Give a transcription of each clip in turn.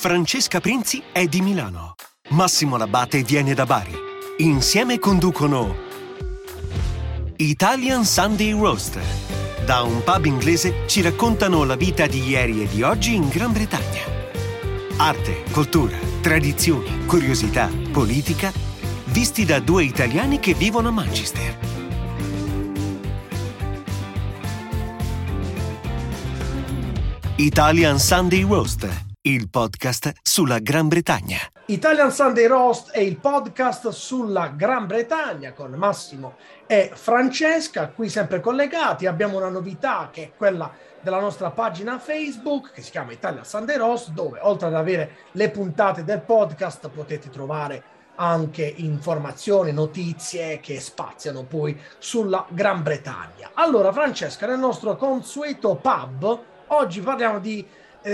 Francesca Prinzi è di Milano. Massimo Labbate viene da Bari. Insieme conducono Italian Sunday Roast. Da un pub inglese ci raccontano la vita di ieri e di oggi in Gran Bretagna. Arte, cultura, tradizioni, curiosità, politica, visti da due italiani che vivono a Manchester. Italian Sunday Roast, il podcast sulla Gran Bretagna. Italian Sunday Roast è il podcast sulla Gran Bretagna con Massimo e Francesca, qui sempre collegati. Abbiamo una novità che è quella della nostra pagina Facebook che si chiama Italian Sunday Roast, dove oltre ad avere le puntate del podcast potete trovare anche informazioni, notizie che spaziano poi sulla Gran Bretagna. Allora Francesca, nel nostro consueto pub oggi parliamo di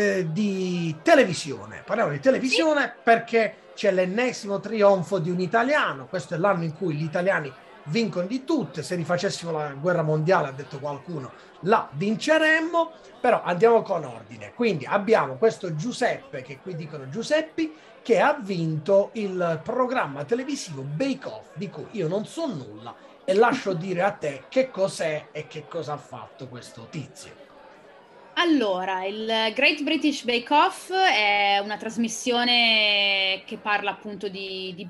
televisione. Parliamo di televisione perché c'è l'ennesimo trionfo di un italiano. Questo è l'anno in cui gli italiani vincono di tutte. Se rifacessimo la guerra mondiale, ha detto qualcuno, la vinceremmo. Però andiamo con ordine. Quindi abbiamo questo Giuseppe, che qui dicono Giuseppi, che ha vinto il programma televisivo Bake Off, di cui io non so nulla e lascio dire a te che cos'è e che cosa ha fatto questo tizio. Allora, il Great British Bake Off è una trasmissione che parla appunto di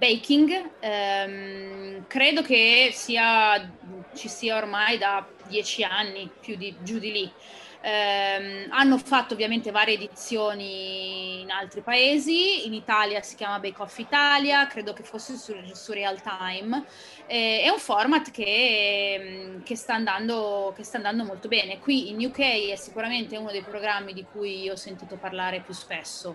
baking. Credo che ci sia ormai da 10 anni, giù di lì. Hanno fatto ovviamente varie edizioni in altri paesi. In Italia si chiama Bake Off Italia, credo che fosse su Real Time. È un format che sta andando molto bene. Qui in UK è sicuramente uno dei programmi di cui ho sentito parlare più spesso,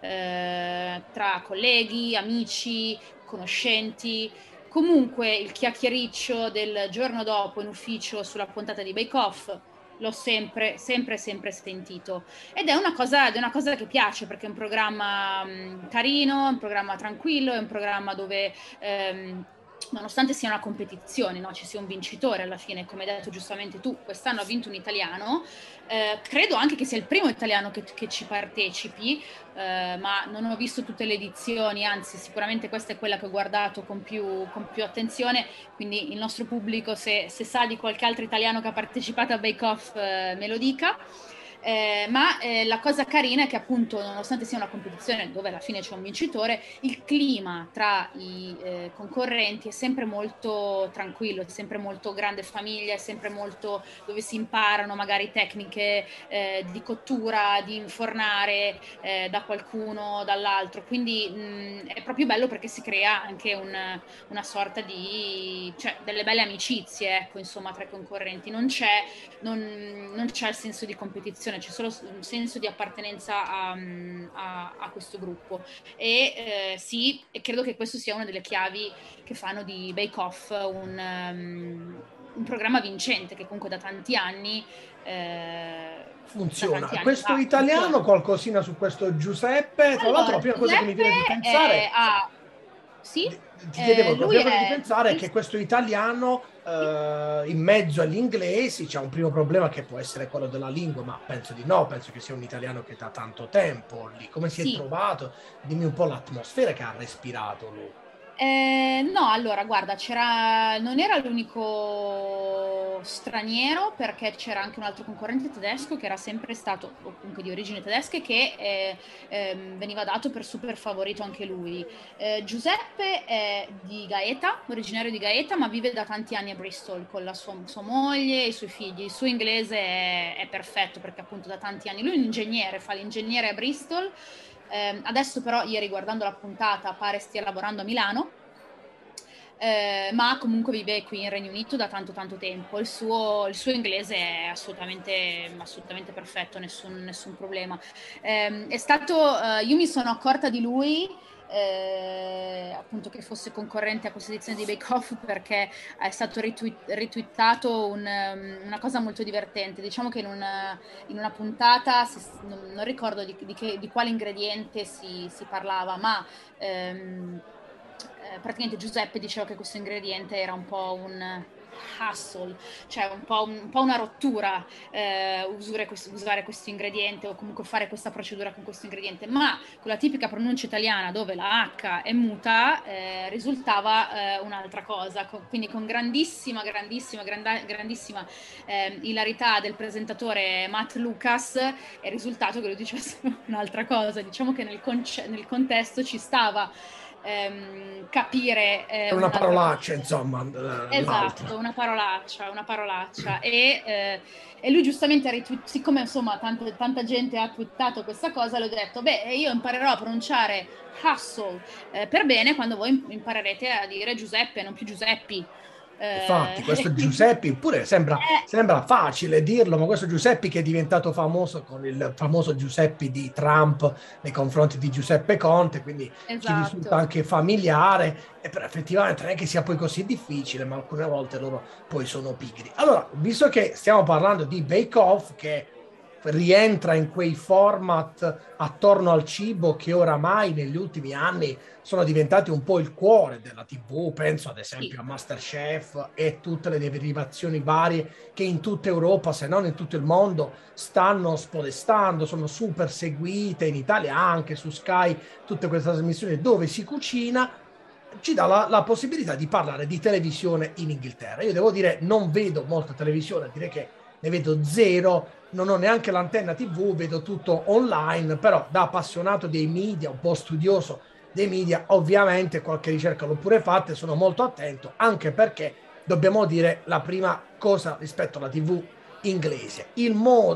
tra colleghi, amici, conoscenti. Comunque il chiacchiericcio del giorno dopo in ufficio sulla puntata di Bake Off l'ho sempre sentito, ed è una cosa che piace, perché è un programma carino, è un programma tranquillo, è un programma dove nonostante sia una competizione, no, ci sia un vincitore alla fine, come hai detto giustamente tu, quest'anno ha vinto un italiano. Credo anche che sia il primo italiano che ci partecipi, ma non ho visto tutte le edizioni, anzi sicuramente questa è quella che ho guardato con più attenzione, quindi il nostro pubblico, se sa di qualche altro italiano che ha partecipato a Bake Off, me lo dica. Ma la cosa carina è che appunto, nonostante sia una competizione dove alla fine c'è un vincitore, il clima tra i concorrenti è sempre molto tranquillo, è sempre molto grande famiglia, è sempre molto dove si imparano magari tecniche di cottura, di infornare da qualcuno, dall'altro, quindi è proprio bello perché si crea anche una sorta di, cioè, delle belle amicizie, ecco, insomma, tra i concorrenti. Non c'è il senso di competizione, c'è solo un senso di appartenenza a questo gruppo, e sì, e credo che questo sia una delle chiavi che fanno di Bake Off un programma vincente, che comunque da tanti anni funziona. Questo italiano, funziona. Qualcosina su questo Giuseppe. Tra l'altro la prima cosa che mi viene di pensare sì? Ti chiedevo, la prima cosa di pensare è che questo italiano in mezzo agli inglesi c'è un primo problema che può essere quello della lingua, ma penso di no, penso che sia un italiano che da tanto tempo lì. Come si è trovato? Dimmi un po' l'atmosfera che ha respirato lui. No, allora guarda, non era l'unico straniero, perché c'era anche un altro concorrente tedesco che era sempre stato, o comunque di origine tedesca, che veniva dato per super favorito anche lui. Giuseppe è di Gaeta, originario di Gaeta, ma vive da tanti anni a Bristol con la sua moglie e i suoi figli. Il suo inglese è perfetto, perché appunto da tanti anni lui è un ingegnere, fa l'ingegnere a Bristol. Adesso però, ieri guardando la puntata, pare stia lavorando a Milano, ma comunque vive qui in Regno Unito da tanto tempo. Il suo inglese è assolutamente perfetto, nessun problema. Io mi sono accorta di lui, appunto, che fosse concorrente a questa edizione di Bake Off, perché è stato retweetato una cosa molto divertente. Diciamo che in una puntata, non ricordo di quale ingrediente si parlava, ma praticamente Giuseppe diceva che questo ingrediente era un po' hustle, cioè un po' una rottura usare questo ingrediente o comunque fare questa procedura con questo ingrediente, ma con la tipica pronuncia italiana dove la H è muta risultava un'altra cosa, quindi con grandissima ilarità del presentatore Matt Lucas è risultato che lui dicesse un'altra cosa. Diciamo che nel contesto ci stava capire una parolaccia, insomma. Esatto, una parolaccia. E lui giustamente ha siccome insomma tanta gente ha twittato questa cosa, l'ho detto, io imparerò a pronunciare hustle per bene quando voi imparerete a dire Giuseppe, non più Giuseppi. Infatti, questo Giuseppe pure sembra facile dirlo, ma questo Giuseppe che è diventato famoso con il famoso Giuseppe di Trump nei confronti di Giuseppe Conte, quindi ci risulta anche familiare, e però effettivamente non è che sia poi così difficile, ma alcune volte loro poi sono pigri. Allora, visto che stiamo parlando di Bake Off, che rientra in quei format attorno al cibo che oramai negli ultimi anni sono diventati un po' il cuore della TV, penso ad esempio a MasterChef e tutte le derivazioni varie che in tutta Europa, se non in tutto il mondo, stanno spodestando, sono super seguite, in Italia anche su Sky, tutte queste trasmissioni dove si cucina, ci dà la possibilità di parlare di televisione in Inghilterra. Io devo dire, non vedo molta televisione, direi che ne vedo zero, non ho neanche l'antenna TV, vedo tutto online, però da appassionato dei media, un po' studioso dei media, ovviamente qualche ricerca l'ho pure fatta e sono molto attento, anche perché dobbiamo dire la prima cosa rispetto alla TV inglese. Il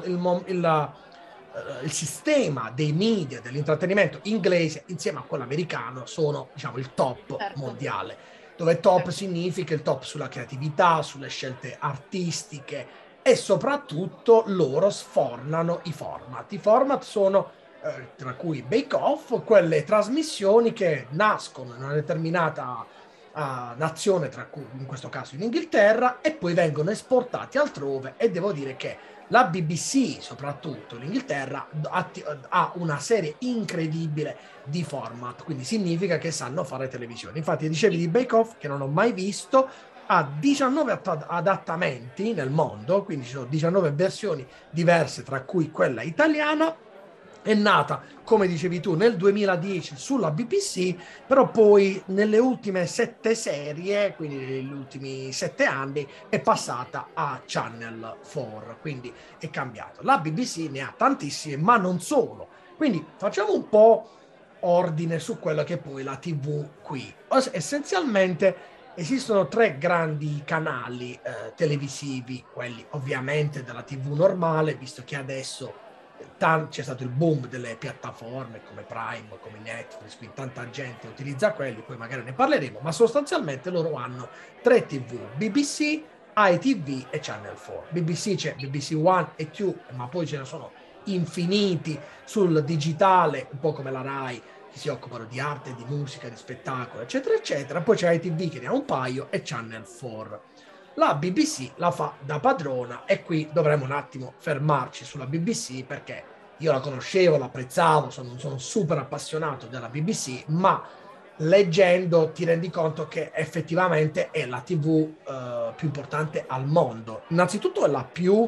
sistema dei media, dell'intrattenimento inglese insieme a quello americano sono, diciamo, il top mondiale, dove top significa il top sulla creatività, sulle scelte artistiche, e soprattutto loro sfornano i format. I format sono, tra cui Bake Off, quelle trasmissioni che nascono in una determinata nazione, tra cui in questo caso in Inghilterra, e poi vengono esportati altrove, e devo dire che la BBC, soprattutto l'Inghilterra, ha una serie incredibile di format, quindi significa che sanno fare televisione. Infatti dicevi di Bake Off, che non ho mai visto, ha 19 adattamenti nel mondo, quindi ci sono 19 versioni diverse, tra cui quella italiana. È nata, come dicevi tu, nel 2010 sulla BBC, però poi nelle ultime 7 serie, quindi negli ultimi 7 anni, è passata a Channel 4, quindi è cambiato. La BBC ne ha tantissime, ma non solo. Quindi facciamo un po' ordine su quella che è poi la TV qui. Essenzialmente esistono 3 grandi canali televisivi, quelli ovviamente della TV normale, visto che adesso c'è stato il boom delle piattaforme come Prime, come Netflix, quindi tanta gente utilizza quelli, poi magari ne parleremo, ma sostanzialmente loro hanno 3 TV, BBC, ITV e Channel 4. BBC c'è BBC One e 2, ma poi ce ne sono infiniti sul digitale, un po' come la Rai, che si occupano di arte, di musica, di spettacolo, eccetera, eccetera. Poi c'è ITV che ne ha un paio e Channel 4. La BBC la fa da padrona, e qui dovremmo un attimo fermarci sulla BBC, perché io la conoscevo, l'apprezzavo, sono super appassionato della BBC, ma leggendo ti rendi conto che effettivamente è la TV più importante al mondo. Innanzitutto è la più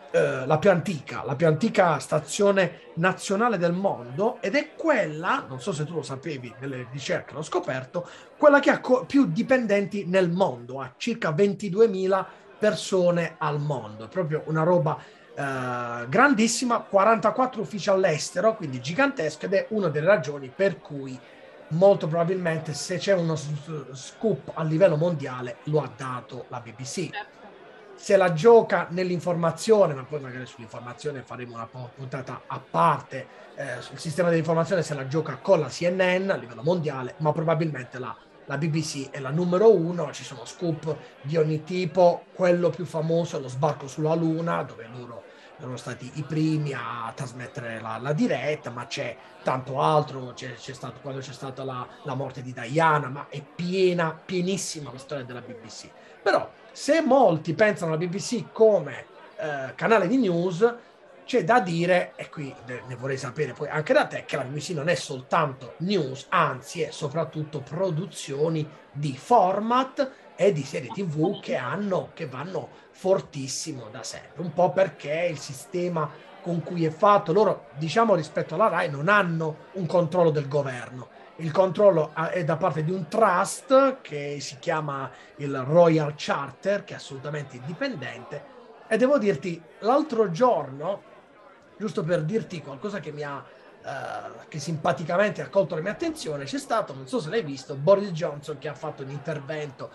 antica stazione nazionale del mondo, ed è quella, non so se tu lo sapevi, nelle ricerche l'ho scoperto, quella che ha più dipendenti nel mondo, ha circa 22.000 persone al mondo, è proprio una roba grandissima, 44 uffici all'estero, quindi gigantesco, ed è una delle ragioni per cui molto probabilmente se c'è uno scoop a livello mondiale lo ha dato la BBC. Se la gioca nell'informazione, ma poi magari sull'informazione faremo una puntata a parte, sul sistema dell'informazione se la gioca con la CNN a livello mondiale, ma probabilmente la BBC è la numero 1, ci sono scoop di ogni tipo, quello più famoso è lo sbarco sulla Luna, dove loro sono stati i primi a trasmettere la diretta, ma c'è tanto altro, c'è stato quando c'è stata la morte di Diana, ma è pienissima la storia della BBC. Però se molti pensano alla BBC come canale di news, c'è da dire, e qui ne vorrei sapere poi anche da te, che la BBC non è soltanto news, anzi è soprattutto produzioni di format e di serie TV che vanno fortissimo da sempre, un po' perché il sistema con cui è fatto, loro diciamo rispetto alla Rai non hanno un controllo del governo, il controllo è da parte di un trust che si chiama il Royal Charter, che è assolutamente indipendente, e devo dirti, l'altro giorno, giusto per dirti qualcosa che mi ha che simpaticamente ha colto la mia attenzione, c'è stato, non so se l'hai visto, Boris Johnson che ha fatto un intervento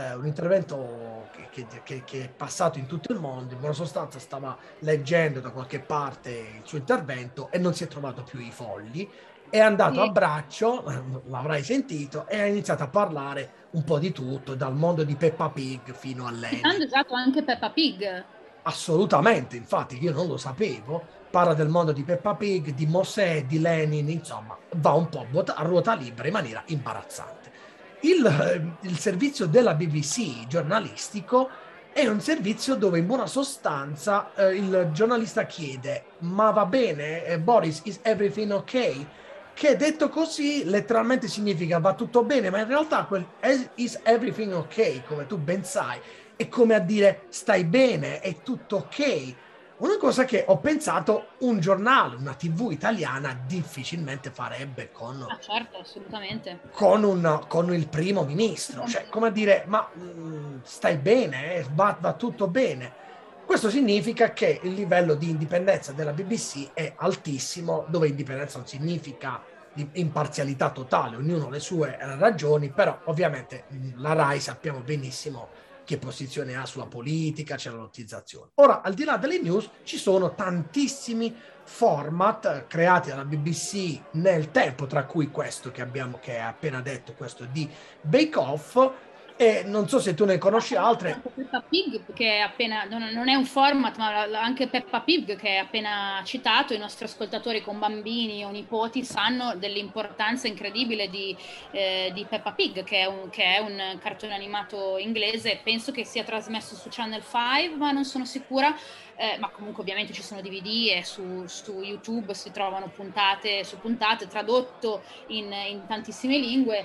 che è passato in tutto il mondo. In buona sostanza stava leggendo da qualche parte il suo intervento e non si è trovato più i fogli, è andato a braccio, l'avrai sentito, e ha iniziato a parlare un po' di tutto, dal mondo di Peppa Pig fino a lei. Hanno usato anche Peppa Pig. Assolutamente, infatti io non lo sapevo, parla del mondo di Peppa Pig, di Mosè, di Lenin, insomma, va un po' a ruota libera in maniera imbarazzante. Il servizio della BBC giornalistico è un servizio dove in buona sostanza il giornalista chiede: ma va bene, Boris, is everything okay? Che detto così letteralmente significa va tutto bene, ma in realtà quel is everything okay, come tu ben sai, è come a dire stai bene, è tutto ok. Una cosa che ho pensato un giornale, una TV italiana difficilmente farebbe Certo, assolutamente. con il primo ministro, cioè come a dire ma stai bene, va tutto bene. Questo significa che il livello di indipendenza della BBC è altissimo, dove indipendenza non significa imparzialità totale, ognuno ha le sue ragioni, però ovviamente la Rai sappiamo benissimo che posizione ha sulla politica, c'è la lottizzazione. Ora, al di là delle news, ci sono tantissimi format creati dalla BBC nel tempo, tra cui questo che hai appena detto, questo di Bake Off, e non so se tu ne conosci altre. Peppa Pig, che è appena, non è un format, ma anche Peppa Pig, che è appena citato. I nostri ascoltatori con bambini o nipoti sanno dell'importanza incredibile di Peppa Pig, che è un cartone animato inglese. Penso che sia trasmesso su Channel 5, ma non sono sicura. Ma comunque ovviamente ci sono DVD e su YouTube si trovano puntate su puntate, tradotto in tantissime lingue,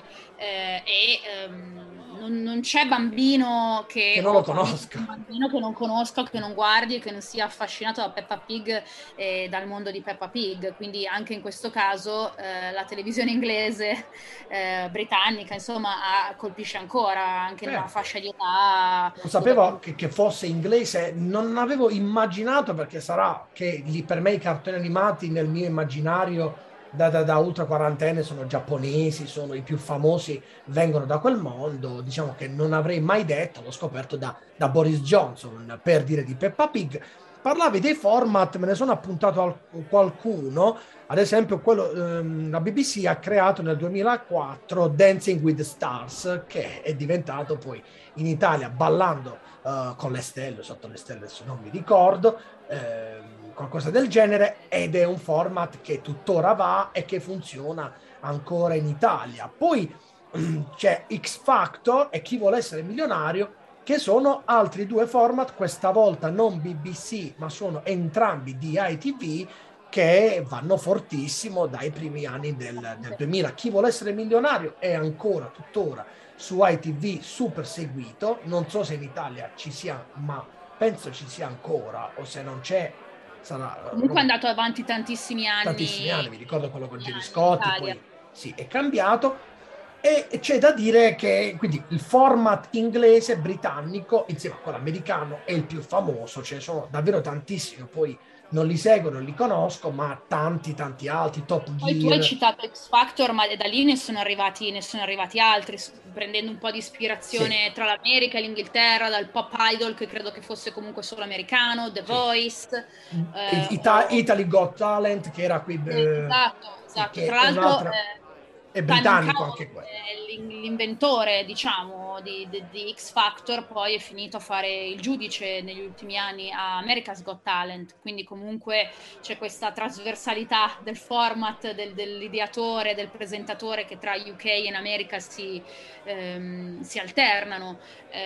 non c'è bambino che non lo conosca, bambino che non conosca, che non guardi e che non sia affascinato da Peppa Pig e dal mondo di Peppa Pig. Quindi anche in questo caso la televisione inglese, britannica, insomma, colpisce ancora anche in una fascia di età. Non sapevo che fosse inglese, non avevo immaginato, perché sarà che per me i cartoni animati nel mio immaginario da ultra quarantenne sono giapponesi, sono i più famosi, vengono da quel mondo. Diciamo che non avrei mai detto, l'ho scoperto da Boris Johnson per dire di Peppa Pig. Parlavi dei format, me ne sono appuntato qualcuno, ad esempio quello la BBC ha creato nel 2004 Dancing with the Stars, che è diventato poi in Italia Ballando con le stelle, sotto le stelle, adesso non mi ricordo, qualcosa del genere, ed è un format che tuttora va e che funziona ancora in Italia. Poi c'è X Factor e Chi vuole essere milionario, che sono altri due format, questa volta non BBC, ma sono entrambi di ITV, che vanno fortissimo dai primi anni del 2000. Chi vuole essere milionario è ancora tuttora su ITV super seguito, non so se in Italia ci sia, ma penso ci sia ancora, o se non c'è sarà comunque è andato avanti tantissimi anni, mi ricordo quello con Gerry Scotti, poi sì, è cambiato. E c'è da dire che quindi il format inglese, britannico, insieme a quello americano, è il più famoso. Ce ne sono davvero tantissimi, poi non li seguo, non li conosco, ma tanti altri, Top Gear. Poi tu hai citato X Factor, ma da lì ne sono arrivati altri, prendendo un po' di ispirazione tra l'America e l'Inghilterra, dal Pop Idol, che credo che fosse comunque solo americano, The Voice, Italy Got Talent, che era qui, esatto. Tra l'altro è britannico anche quello. L'inventore, diciamo, di X Factor poi è finito a fare il giudice negli ultimi anni a America's Got Talent, quindi comunque c'è questa trasversalità del format, dell'ideatore, del presentatore, che tra UK e in America si alternano.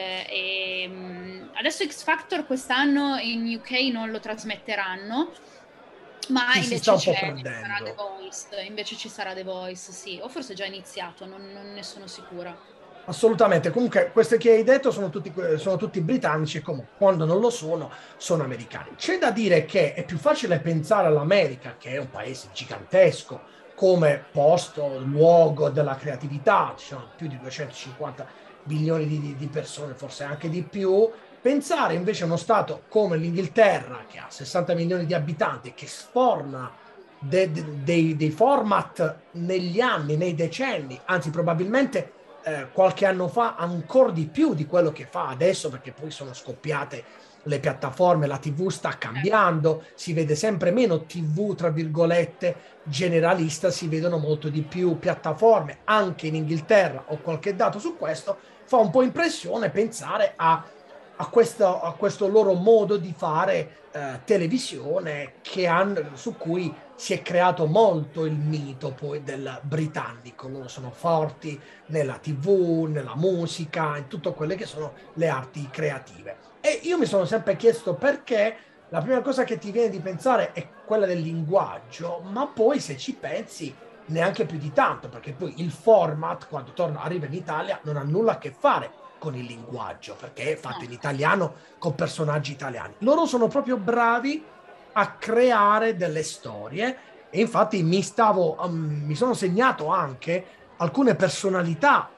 Adesso X Factor quest'anno in UK non lo trasmetteranno, ma invece ci sarà The Voice, sì, o forse è già iniziato, non ne sono sicura. Assolutamente, comunque queste che hai detto sono tutti britannici e comunque quando non lo sono americani. C'è da dire che è più facile pensare all'America, che è un paese gigantesco, come posto, luogo della creatività, ci sono più di 250 milioni di persone, forse anche di più. Pensare invece a uno stato come l'Inghilterra, che ha 60 milioni di abitanti e che sforna dei format negli anni, nei decenni, anzi probabilmente qualche anno fa ancora di più di quello che fa adesso, perché poi sono scoppiate le piattaforme, la TV sta cambiando, si vede sempre meno TV, tra virgolette, generalista, si vedono molto di più piattaforme, anche in Inghilterra. Ho qualche dato su questo, fa un po' impressione pensare a questo loro modo di fare televisione su cui si è creato molto il mito poi del britannico. Loro sono forti nella TV, nella musica, in tutte quelle che sono le arti creative. E io mi sono sempre chiesto perché la prima cosa che ti viene di pensare è quella del linguaggio, ma poi se ci pensi neanche più di tanto, perché poi il format, quando arriva in Italia, non ha nulla a che fare con il linguaggio, perché è fatto in italiano con personaggi italiani. Loro sono proprio bravi a creare delle storie e infatti mi sono segnato anche alcune personalità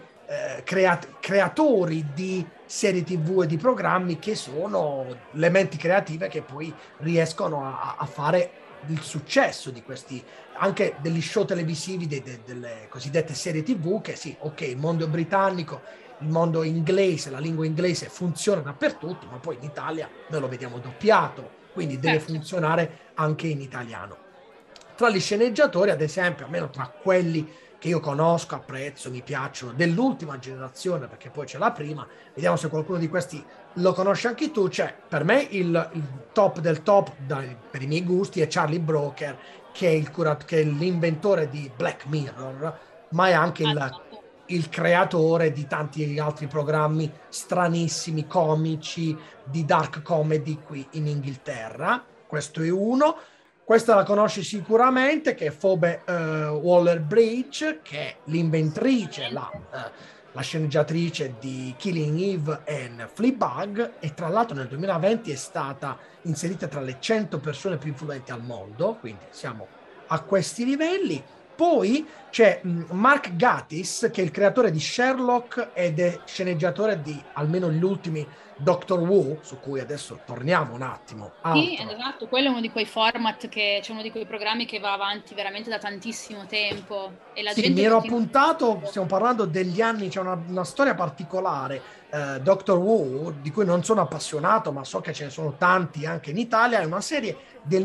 creatori di serie TV e di programmi che sono le menti creative che poi riescono a fare il successo di questi, anche degli show televisivi, delle cosiddette serie TV, che sì, ok, il mondo britannico, il mondo inglese, la lingua inglese funziona dappertutto, ma poi in Italia noi lo vediamo doppiato, quindi deve Certo. funzionare anche in italiano. Tra gli sceneggiatori, ad esempio, almeno tra quelli che io conosco, apprezzo, mi piacciono, dell'ultima generazione, perché poi c'è la prima, vediamo se qualcuno di questi lo conosci anche tu, c'è per me il top del top, per i miei gusti, è Charlie Brooker, che è l'inventore di Black Mirror, ma è anche il creatore di tanti altri programmi stranissimi, comici, di dark comedy qui in Inghilterra. Questo è uno. Questa la conosci sicuramente, che è Phoebe Waller-Bridge, che è l'inventrice, la sceneggiatrice di Killing Eve e Fleabag, e tra l'altro nel 2020 è stata inserita tra le 100 persone più influenti al mondo, quindi siamo a questi livelli. Poi c'è Mark Gatiss, che è il creatore di Sherlock ed è sceneggiatore di almeno gli ultimi Doctor Who, su cui adesso torniamo un attimo. Sì, Altro. esatto, quello è uno di quei format c'è uno di quei programmi che va avanti veramente da tantissimo tempo e la Sì, mi gente ero continua. appuntato, stiamo parlando degli anni, c'è una storia particolare, Doctor Who, di cui non sono appassionato, ma so che ce ne sono tanti anche in Italia, è una serie del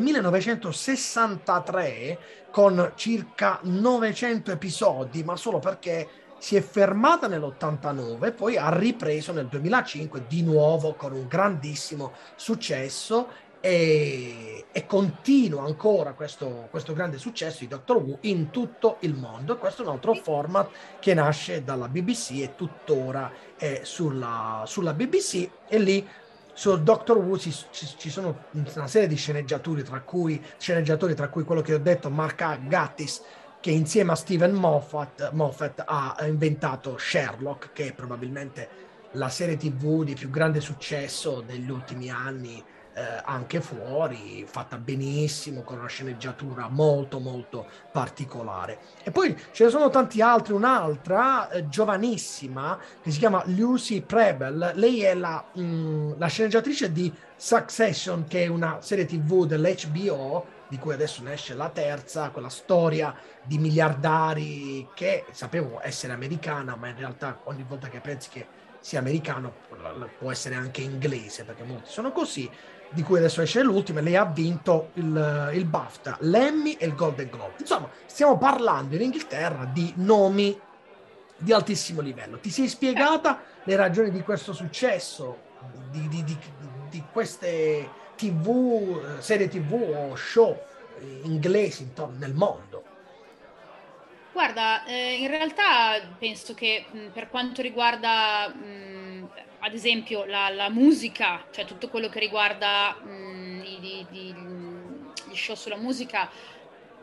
1963 con circa 900 episodi, ma solo perché si è fermata nell'89 e poi ha ripreso nel 2005 di nuovo con un grandissimo successo e continua ancora questo grande successo di Doctor Who in tutto il mondo. E questo è un altro format che nasce dalla BBC e tuttora è sulla BBC, e lì su Doctor Who ci sono una serie di sceneggiatori, tra cui quello che ho detto, Mark Gatiss, che insieme a Steven Moffat ha inventato Sherlock, che è probabilmente la serie TV di più grande successo degli ultimi anni, anche fuori, fatta benissimo, con una sceneggiatura molto molto particolare. E poi ce ne sono tanti altri, un'altra giovanissima che si chiama Lucy Prebble, lei è la sceneggiatrice di Succession, che è una serie TV dell'HBO, di cui adesso ne esce la terza, quella storia di miliardari che sapevo essere americana, ma in realtà ogni volta che pensi che sia americano può essere anche inglese, perché molti sono così, di cui adesso esce l'ultima, e lei ha vinto il BAFTA, l'Emmy e il Golden Globe. Insomma, stiamo parlando in Inghilterra di nomi di altissimo livello. Ti sei spiegata le ragioni di questo successo, di queste TV, serie TV o show inglesi intorno nel mondo? Guarda, in realtà penso che per quanto riguarda ad esempio la musica, cioè tutto quello che riguarda gli show sulla musica,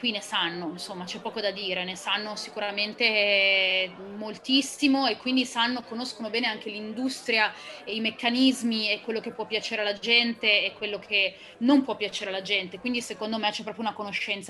qui ne sanno, insomma, c'è poco da dire, ne sanno sicuramente moltissimo e quindi conoscono bene anche l'industria e i meccanismi e quello che può piacere alla gente e quello che non può piacere alla gente. Quindi secondo me c'è proprio una conoscenza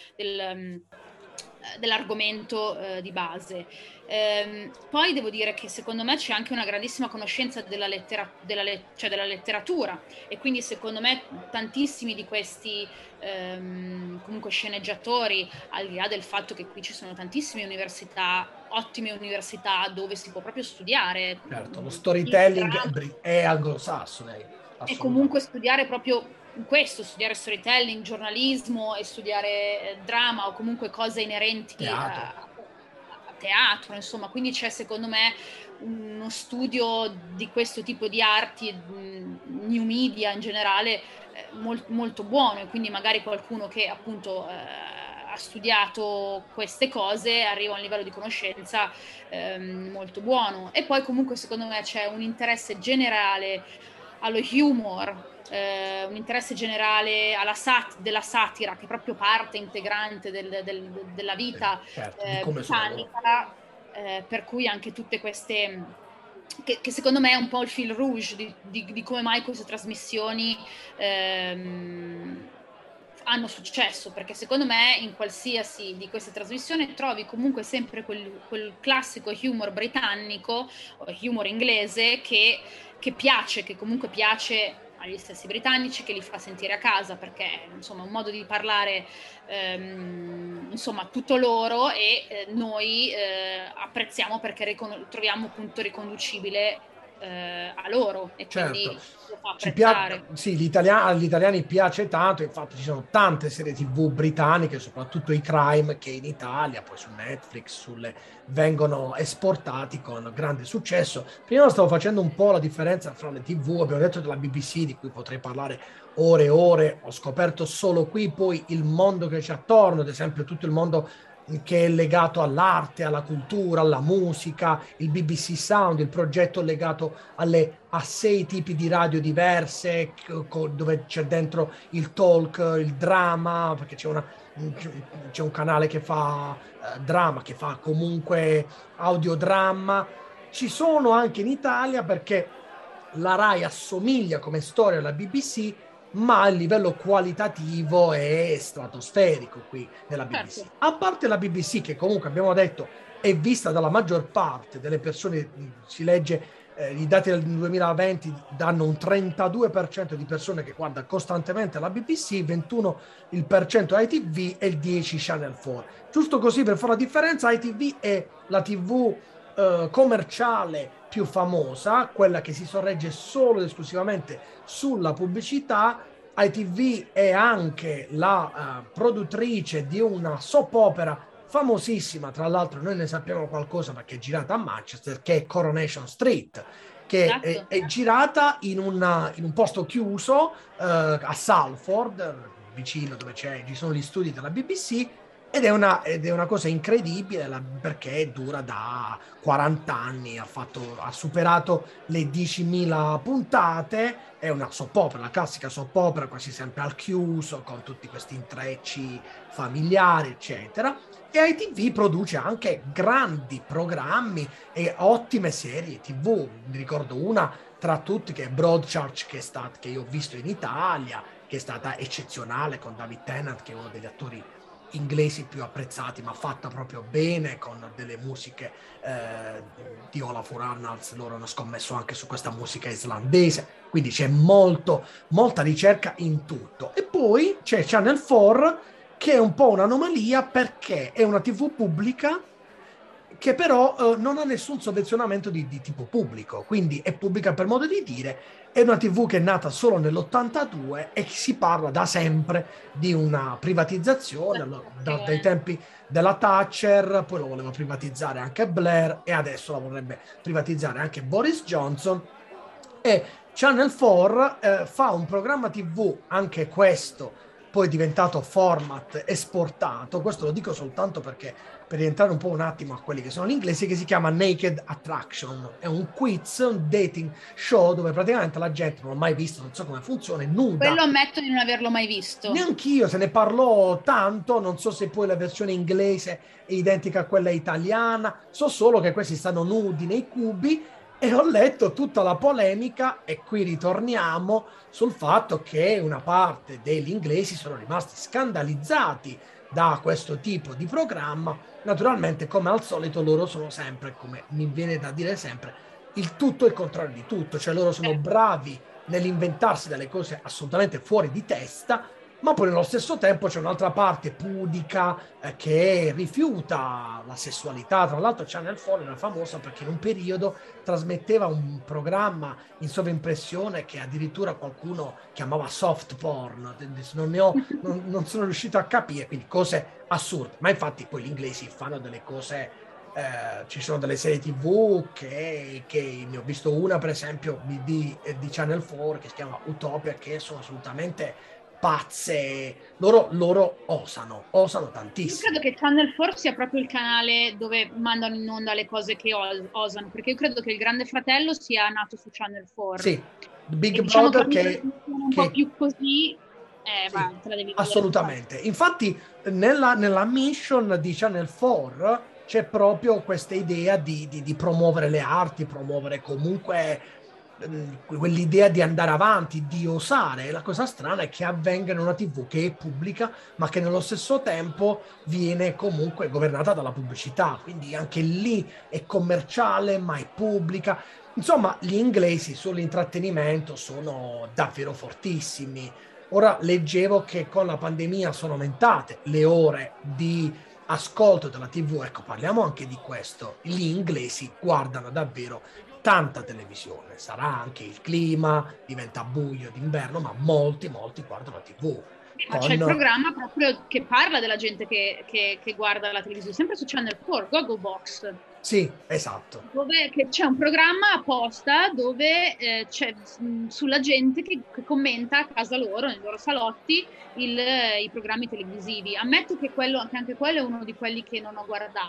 dell'argomento di base. Poi devo dire che secondo me c'è anche una grandissima conoscenza della letteratura, e quindi secondo me tantissimi di questi comunque sceneggiatori, al di là del fatto che qui ci sono tantissime università, ottime università dove si può proprio studiare. Certo, lo storytelling è anglosassone. E comunque studiare proprio questo, studiare storytelling, giornalismo e studiare drama o comunque cose inerenti a teatro, insomma, quindi c'è secondo me uno studio di questo tipo di arti, new media in generale, molto buono, e quindi magari qualcuno che appunto ha studiato queste cose arriva a un livello di conoscenza molto buono. E poi comunque secondo me c'è un interesse generale allo humor, un interesse generale della satira, che è proprio parte integrante della vita britannica, per cui anche tutte queste, che secondo me è un po' il fil rouge di come mai queste trasmissioni hanno successo, perché secondo me in qualsiasi di queste trasmissioni trovi comunque sempre quel classico humor britannico o humor inglese che piace, che comunque piace agli stessi britannici, che li fa sentire a casa, perché insomma è un modo di parlare insomma tutto loro, e noi apprezziamo perché troviamo appunto riconducibile a loro, e quindi lo fa apprezzare. Sì, agli italiani piace tanto, infatti ci sono tante serie TV britanniche, soprattutto i crime, che in Italia, poi su Netflix, vengono esportati con grande successo. Prima stavo facendo un po' la differenza fra le TV, abbiamo detto della BBC, di cui potrei parlare ore e ore, ho scoperto solo qui poi il mondo che c'è attorno, ad esempio tutto il mondo che è legato all'arte, alla cultura, alla musica, il BBC Sound, il progetto legato a 6 tipi di radio diverse, dove c'è dentro il talk, il drama, perché c'è un canale che fa drama, che fa comunque audiodramma. Ci sono anche in Italia, perché la Rai assomiglia come storia alla BBC, ma il livello qualitativo è stratosferico qui nella BBC. Certo. A parte la BBC, che comunque abbiamo detto è vista dalla maggior parte delle persone, si legge i dati del 2020 danno un 32% di persone che guarda costantemente la BBC, 21% ITV e il 10% Channel 4. Giusto così per fare la differenza, ITV è la TV commerciale più famosa, quella che si sorregge solo ed esclusivamente sulla pubblicità. ITV è anche la produttrice di una soap opera famosissima, tra l'altro noi ne sappiamo qualcosa perché è girata a Manchester, che è Coronation Street, che è girata in un posto chiuso a Salford, vicino dove ci sono gli studi della BBC. Ed è una cosa incredibile, perché dura da 40 anni, ha superato le 10.000 puntate, è una soap opera, la classica soap opera quasi sempre al chiuso, con tutti questi intrecci familiari, eccetera. E ITV produce anche grandi programmi e ottime serie TV. Mi ricordo una tra tutti che è Broadchurch, che io ho visto in Italia, che è stata eccezionale, con David Tennant, che è uno degli attori inglesi più apprezzati, ma fatta proprio bene, con delle musiche di Olafur Arnalds. Loro hanno scommesso anche su questa musica islandese, quindi c'è molta ricerca in tutto. E poi c'è Channel 4, che è un po' un'anomalia, perché è una TV pubblica che però non ha nessun sovvenzionamento di tipo pubblico, quindi è pubblica per modo di dire. È una TV che è nata solo nell'82 e si parla da sempre di una privatizzazione, dai tempi della Thatcher, poi lo voleva privatizzare anche Blair e adesso la vorrebbe privatizzare anche Boris Johnson. E Channel 4 fa un programma TV, anche questo poi è diventato format esportato. Questo lo dico soltanto perché, per rientrare un attimo a quelli che sono gli inglesi, che si chiama Naked Attraction. È un quiz, un dating show dove praticamente la gente, non l'ho mai visto, non so come funziona, è nuda. Quello ammetto di non averlo mai visto. Neanch'io, se ne parlò tanto, non so se poi la versione inglese è identica a quella italiana, so solo che questi stanno nudi nei cubi e ho letto tutta la polemica e qui ritorniamo sul fatto che una parte degli inglesi sono rimasti scandalizzati da questo tipo di programma. Naturalmente, come al solito, loro sono sempre, come mi viene da dire sempre, il tutto e il contrario di tutto, cioè loro sono bravi nell'inventarsi delle cose assolutamente fuori di testa, ma poi nello stesso tempo c'è un'altra parte pudica che rifiuta la sessualità. Tra l'altro Channel 4 era famosa perché in un periodo trasmetteva un programma in sovraimpressione che addirittura qualcuno chiamava soft porn. Non sono riuscito a capire, quindi cose assurde, ma infatti poi gli inglesi fanno delle cose. Ci sono delle serie TV che ne ho visto una per esempio di Channel 4 che si chiama Utopia, che sono assolutamente pazze. Loro osano tantissimo. Io credo che Channel 4 sia proprio il canale dove mandano in onda le cose che osano, perché io credo che il Grande Fratello sia nato su Channel 4. Sì, Big diciamo Brother che un po' più così sì, te la devi assolutamente. Infatti nella mission di Channel 4 c'è proprio questa idea di promuovere le arti, promuovere comunque quell'idea di andare avanti, di osare. La cosa strana è che avvenga in una TV che è pubblica, ma che nello stesso tempo viene comunque governata dalla pubblicità, quindi anche lì è commerciale, ma è pubblica. Insomma, gli inglesi sull'intrattenimento sono davvero fortissimi. Ora leggevo che con la pandemia sono aumentate le ore di ascolto della TV. Ecco, parliamo anche di questo. Gli inglesi guardano davvero tanta televisione. Sarà anche il clima, diventa buio d'inverno, ma molti guardano la TV. Ma c'è il programma proprio che parla della gente che guarda la televisione, sempre su Channel 4, Gogglebox. Sì, esatto. Dove c'è un programma apposta dove c'è sulla gente che commenta a casa loro, nei loro salotti, i programmi televisivi. Ammetto che anche quello è uno di quelli che non ho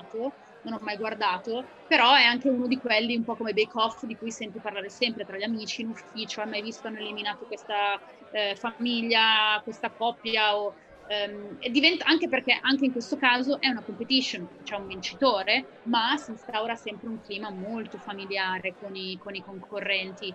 mai guardato, però è anche uno di quelli un po' come Bake Off di cui senti parlare sempre tra gli amici in ufficio. Hai mai visto, hanno eliminato questa famiglia, questa coppia e diventa, anche perché anche in questo caso è una competition, c'è un vincitore, ma si instaura sempre un clima molto familiare con i concorrenti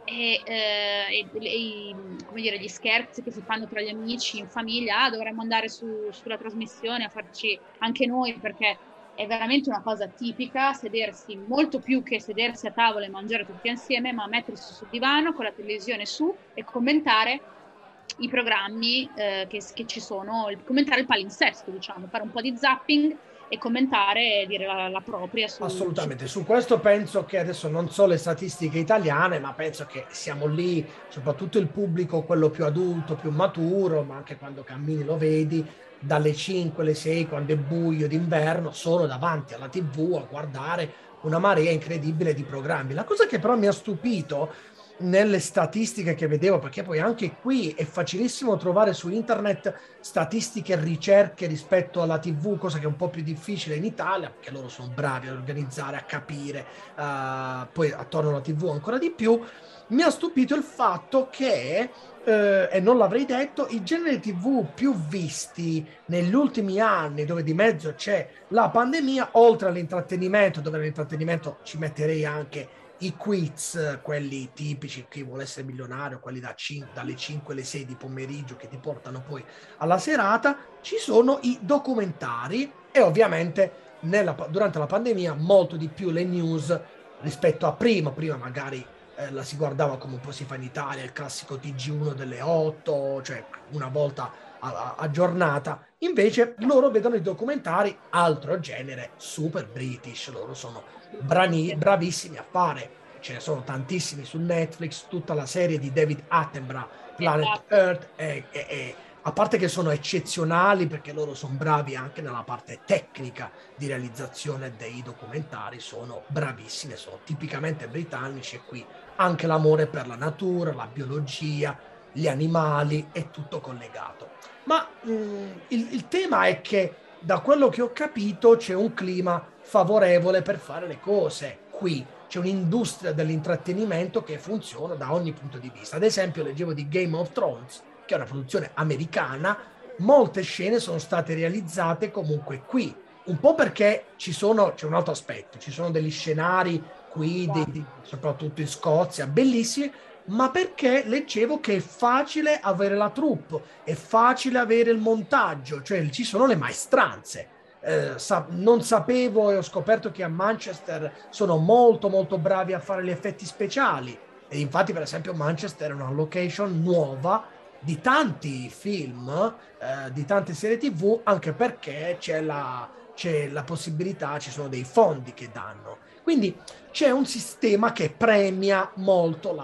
come dire, gli scherzi che si fanno tra gli amici in famiglia. Dovremmo andare sulla trasmissione a farci anche noi, perché è veramente una cosa tipica sedersi, molto più che sedersi a tavola e mangiare tutti insieme, ma mettersi sul divano con la televisione su e commentare i programmi che ci sono, commentare il palinsesto, diciamo, fare un po' di zapping e commentare e dire la propria. Assolutamente, su questo penso che adesso non so le statistiche italiane, ma penso che siamo lì, soprattutto il pubblico, quello più adulto, più maturo, ma anche quando cammini lo vedi, dalle 5 alle 6, quando è buio d'inverno, sono davanti alla TV a guardare una marea incredibile di programmi. La cosa che però mi ha stupito nelle statistiche che vedevo, perché poi anche qui è facilissimo trovare su internet statistiche e ricerche rispetto alla TV, cosa che è un po' più difficile in Italia, perché loro sono bravi ad organizzare, a capire, poi attorno alla TV ancora di più. Mi ha stupito il fatto che e non l'avrei detto, i generi TV più visti negli ultimi anni, dove di mezzo c'è la pandemia, oltre all'intrattenimento, dove nell'intrattenimento ci metterei anche i quiz, quelli tipici, chi vuole essere milionario, quelli dalle 5 alle 6 di pomeriggio che ti portano poi alla serata, ci sono i documentari e ovviamente durante la pandemia molto di più le news rispetto a prima magari la si guardava come un po' si fa in Italia, il classico TG1 delle 8, cioè una volta a giornata. Invece loro vedono i documentari, altro genere, super British, loro sono bravissimi a fare. Ce ne sono tantissimi su Netflix, tutta la serie di David Attenborough, Planet Earth, a parte che sono eccezionali perché loro sono bravi anche nella parte tecnica di realizzazione dei documentari, sono bravissimi, sono tipicamente britannici, e qui anche l'amore per la natura, la biologia, gli animali, è tutto collegato. Ma il tema è che, da quello che ho capito, c'è un clima favorevole per fare le cose qui. C'è un'industria dell'intrattenimento che funziona da ogni punto di vista. Ad esempio, leggevo di Game of Thrones, che è una produzione americana. Molte scene sono state realizzate comunque qui, un po' perché c'è un altro aspetto, ci sono degli scenari qui, soprattutto in Scozia, bellissimi, ma perché leggevo che è facile avere la troupe, è facile avere il montaggio, cioè ci sono le maestranze. Non sapevo e ho scoperto che a Manchester sono molto molto bravi a fare gli effetti speciali, e infatti per esempio Manchester è una location nuova di tanti film, di tante serie TV, anche perché c'è la possibilità, ci sono dei fondi che danno. Quindi c'è un sistema che premia molto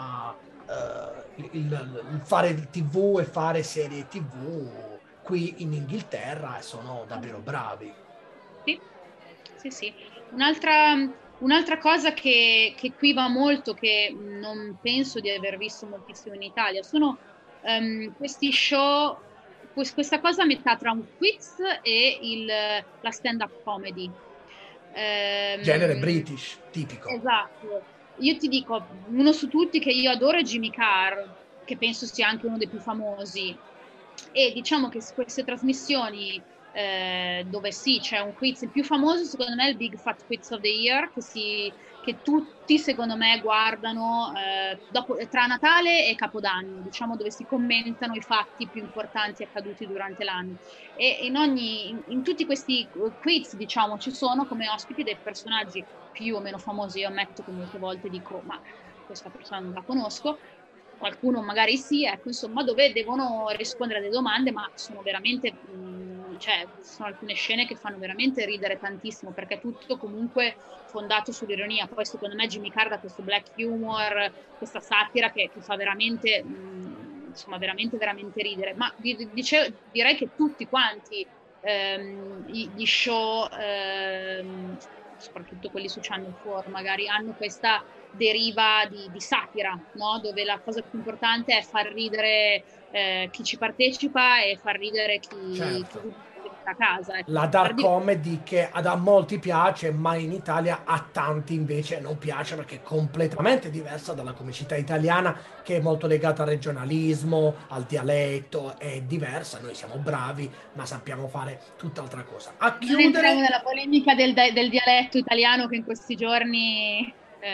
il fare TV e fare serie TV qui in Inghilterra, e sono davvero bravi. Sì. Un'altra cosa che qui va molto, che non penso di aver visto moltissimo in Italia, sono questi show, questa cosa a metà tra un quiz e la stand-up comedy. Genere British, tipico. Esatto. Io ti dico, uno su tutti che io adoro è Jimmy Carr, che penso sia anche uno dei più famosi. E diciamo che queste trasmissioni dove sì, c'è un quiz, il più famoso secondo me è il Big Fat Quiz of the Year, che tutti secondo me guardano tra Natale e Capodanno, diciamo, dove si commentano i fatti più importanti accaduti durante l'anno. E in tutti questi quiz, diciamo, ci sono come ospiti dei personaggi più o meno famosi. Io ammetto che molte volte dico, ma questa persona non la conosco, qualcuno magari sì, ecco, insomma, dove devono rispondere a delle domande, ma sono veramente, cioè, sono alcune scene che fanno veramente ridere tantissimo, perché è tutto comunque fondato sull'ironia. Poi secondo me Jimmy Carr ha questo black humor, questa satira che fa veramente, insomma, veramente ridere. Ma direi che tutti quanti gli show, soprattutto quelli su Channel 4 magari, hanno questa deriva di satira, no? Dove la cosa più importante è far ridere chi ci partecipa e far ridere chi a casa. La dark comedy che a molti piace, ma in Italia a tanti invece non piace, perché è completamente diversa dalla comicità italiana, che è molto legata al regionalismo, al dialetto, è diversa. Noi siamo bravi, ma sappiamo fare tutt'altra cosa. A chiudere... Non entriamo nella polemica del dialetto italiano, che in questi giorni...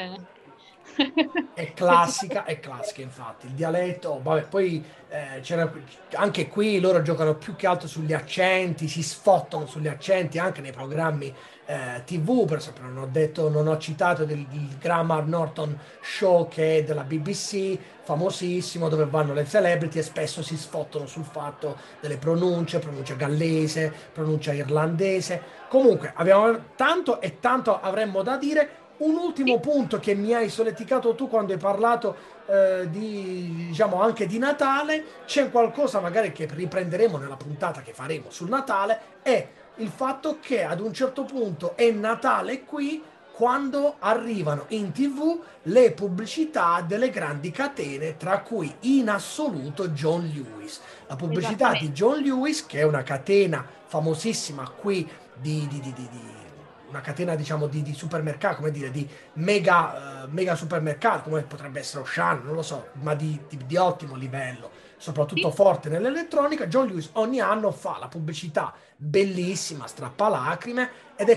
È classica infatti il dialetto. Vabbè, poi c'era anche qui, loro giocano più che altro sugli accenti, si sfottano sugli accenti anche nei programmi TV. Per esempio non ho citato il Grammar Norton Show, che è della BBC, famosissimo, dove vanno le celebrity e spesso si sfottano sul fatto delle pronuncia gallese, pronuncia irlandese. Comunque abbiamo tanto e tanto avremmo da dire. Un ultimo punto che mi hai solleticato tu quando hai parlato diciamo anche di Natale, c'è qualcosa magari che riprenderemo nella puntata che faremo sul Natale, è il fatto che ad un certo punto è Natale qui quando arrivano in TV le pubblicità delle grandi catene, tra cui in assoluto John Lewis. La pubblicità di John Lewis, che è una catena famosissima qui una catena, diciamo, di supermercati, come dire, di mega supermercati, come potrebbe essere Auchan, non lo so, ma di ottimo livello, soprattutto forte nell'elettronica. John Lewis ogni anno fa la pubblicità bellissima, strappalacrime, ed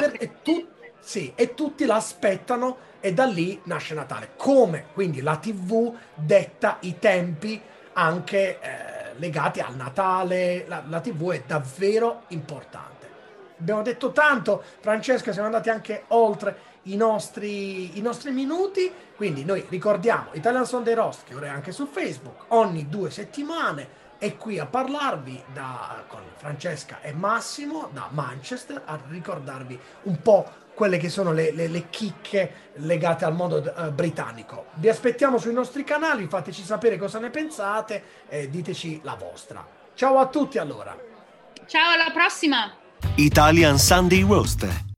e tutti l'aspettano, e da lì nasce Natale. Come quindi la TV detta i tempi anche legati al Natale. La TV è davvero importante. Abbiamo detto tanto, Francesca, siamo andati anche oltre i nostri minuti, quindi noi ricordiamo Italian Sunday Roast, che ora è anche su Facebook, ogni 2 settimane è qui a parlarvi con Francesca e Massimo da Manchester, a ricordarvi un po' quelle che sono le chicche legate al mondo britannico. Vi aspettiamo sui nostri canali, fateci sapere cosa ne pensate e diteci la vostra. Ciao a tutti allora. Ciao, alla prossima! Italian Sunday Roast.